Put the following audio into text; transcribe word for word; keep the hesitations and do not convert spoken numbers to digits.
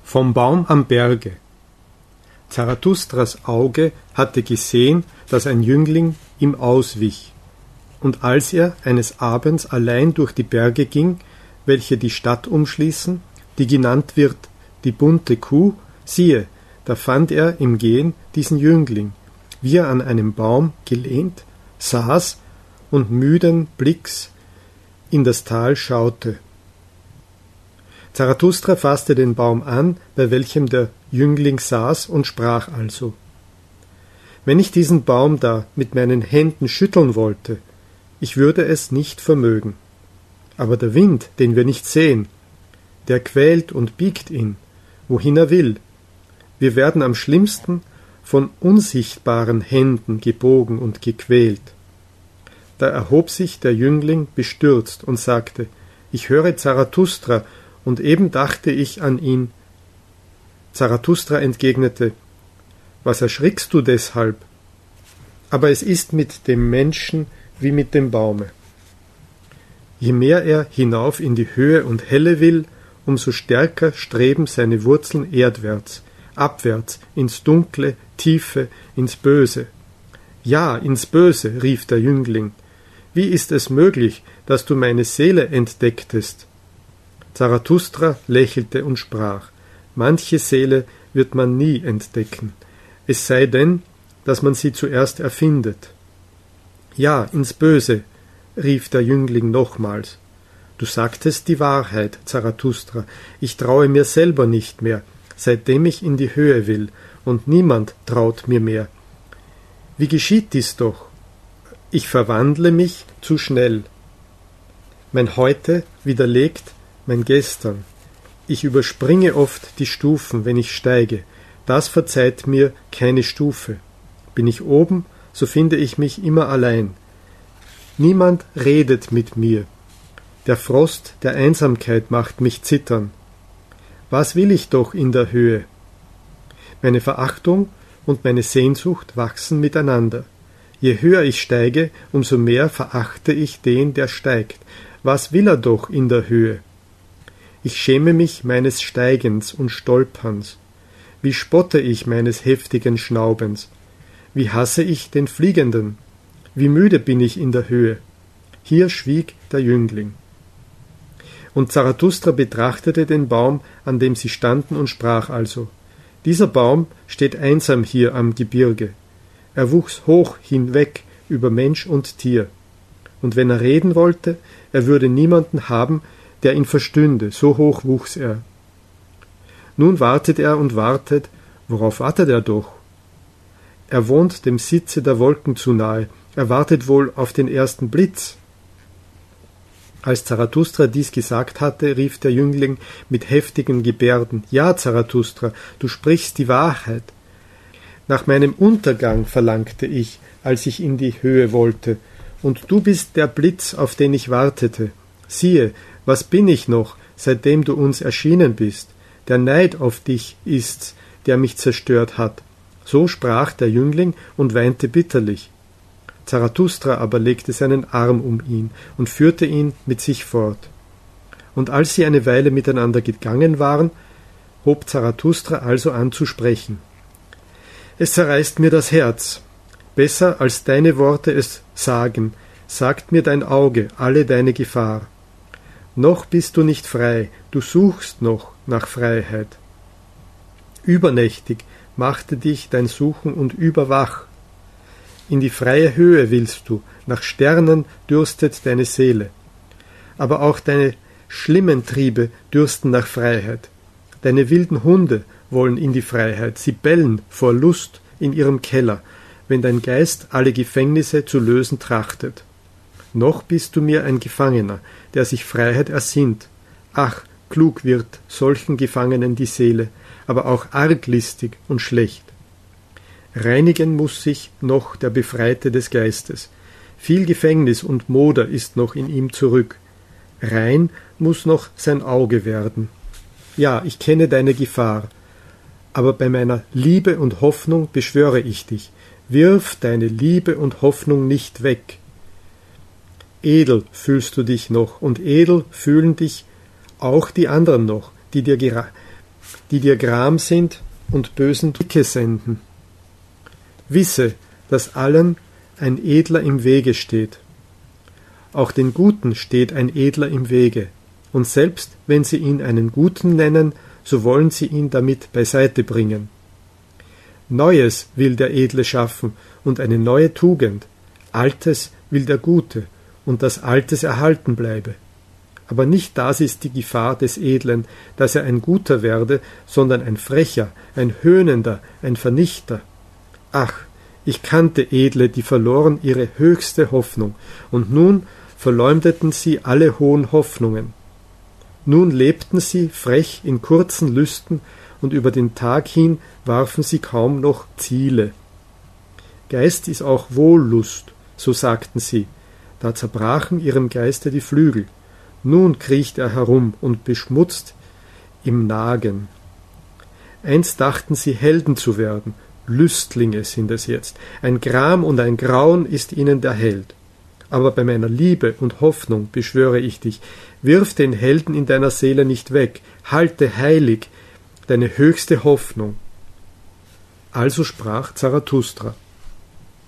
Vom Baum am Berge. Zarathustras Auge hatte gesehen, dass ein Jüngling ihm auswich. Und als er eines Abends allein durch die Berge ging, welche die Stadt umschließen, die genannt wird die bunte Kuh, siehe, da fand er im Gehen diesen Jüngling, wie er an einem Baum gelehnt saß und müden Blicks in das Tal schaute. Zarathustra fasste den Baum an, bei welchem der Jüngling saß, und sprach also: Wenn ich diesen Baum da mit meinen Händen schütteln wollte, ich würde es nicht vermögen. Aber der Wind, den wir nicht sehen, der quält und biegt ihn, wohin er will. Wir werden am schlimmsten von unsichtbaren Händen gebogen und gequält. Da erhob sich der Jüngling bestürzt und sagte: Ich höre Zarathustra, und eben dachte ich an ihn. Zarathustra entgegnete: Was erschrickst du deshalb? Aber es ist mit dem Menschen wie mit dem Baume. Je mehr er hinauf in die Höhe und Helle will, umso stärker streben seine Wurzeln erdwärts, abwärts, ins Dunkle, Tiefe, ins Böse. Ja, ins Böse, rief der Jüngling. Wie ist es möglich, dass du meine Seele entdecktest? Zarathustra lächelte und sprach: Manche Seele wird man nie entdecken, es sei denn, dass man sie zuerst erfindet. Ja, ins Böse, rief der Jüngling nochmals. Du sagtest die Wahrheit, Zarathustra, ich traue mir selber nicht mehr, seitdem ich in die Höhe will, und niemand traut mir mehr. Wie geschieht dies doch? Ich verwandle mich zu schnell. Mein Heute widerlegt mein Gestern. Ich überspringe oft die Stufen, wenn ich steige. Das verzeiht mir keine Stufe. Bin ich oben, so finde ich mich immer allein. Niemand redet mit mir. Der Frost der Einsamkeit macht mich zittern. Was will ich doch in der Höhe? Meine Verachtung und meine Sehnsucht wachsen miteinander. Je höher ich steige, umso mehr verachte ich den, der steigt. Was will er doch in der Höhe? Ich schäme mich meines Steigens und Stolperns. Wie spotte ich meines heftigen Schnaubens. Wie hasse ich den Fliegenden. Wie müde bin ich in der Höhe. Hier schwieg der Jüngling. Und Zarathustra betrachtete den Baum, an dem sie standen, und sprach also: Dieser Baum steht einsam hier am Gebirge. Er wuchs hoch hinweg über Mensch und Tier. Und wenn er reden wollte, er würde niemanden haben, der ihn verstünde, so hoch wuchs er. Nun wartet er und wartet, worauf wartet er doch? Er wohnt dem Sitze der Wolken zu nahe, er wartet wohl auf den ersten Blitz. Als Zarathustra dies gesagt hatte, rief der Jüngling mit heftigen Gebärden: Ja, Zarathustra, du sprichst die Wahrheit. Nach meinem Untergang verlangte ich, als ich in die Höhe wollte, und du bist der Blitz, auf den ich wartete. Siehe, was bin ich noch, seitdem du uns erschienen bist? Der Neid auf dich ist's, der mich zerstört hat. So sprach der Jüngling und weinte bitterlich. Zarathustra aber legte seinen Arm um ihn und führte ihn mit sich fort. Und als sie eine Weile miteinander gegangen waren, hob Zarathustra also an zu sprechen. Es zerreißt mir das Herz. Besser als deine Worte es sagen, sagt mir dein Auge alle deine Gefahr. Noch bist du nicht frei, du suchst noch nach Freiheit. Übernächtig machte dich dein Suchen und überwach. In die freie Höhe willst du, nach Sternen dürstet deine Seele. Aber auch deine schlimmen Triebe dürsten nach Freiheit. Deine wilden Hunde wollen in die Freiheit, sie bellen vor Lust in ihrem Keller, wenn dein Geist alle Gefängnisse zu lösen trachtet. Noch bist du mir ein Gefangener, der sich Freiheit ersinnt. Ach, klug wird solchen Gefangenen die Seele, aber auch arglistig und schlecht. Reinigen muß sich noch der Befreite des Geistes. Viel Gefängnis und Moder ist noch in ihm zurück. Rein muß noch sein Auge werden. Ja, ich kenne deine Gefahr, aber bei meiner Liebe und Hoffnung beschwöre ich dich, wirf deine Liebe und Hoffnung nicht weg. Edel fühlst du dich noch, und edel fühlen dich auch die anderen noch, die dir, gera- die dir gram sind und bösen Blicke senden. Wisse, dass allen ein Edler im Wege steht. Auch den Guten steht ein Edler im Wege, und selbst wenn sie ihn einen Guten nennen, so wollen sie ihn damit beiseite bringen. Neues will der Edle schaffen und eine neue Tugend, Altes will der Gute, und das Altes erhalten bleibe. Aber nicht das ist die Gefahr des Edlen, dass er ein Guter werde, sondern ein Frecher, ein Höhnender, ein Vernichter. Ach, ich kannte Edle, die verloren ihre höchste Hoffnung, und nun verleumdeten sie alle hohen Hoffnungen. Nun lebten sie frech in kurzen Lüsten, und über den Tag hin warfen sie kaum noch Ziele. Geist ist auch Wohllust, so sagten sie, da zerbrachen ihrem Geiste die Flügel. Nun kriecht er herum und beschmutzt im Nagen. Einst dachten sie, Helden zu werden, Lüstlinge sind es jetzt. Ein Gram und ein Grauen ist ihnen der Held. Aber bei meiner Liebe und Hoffnung beschwöre ich dich, wirf den Helden in deiner Seele nicht weg, halte heilig deine höchste Hoffnung. Also sprach Zarathustra.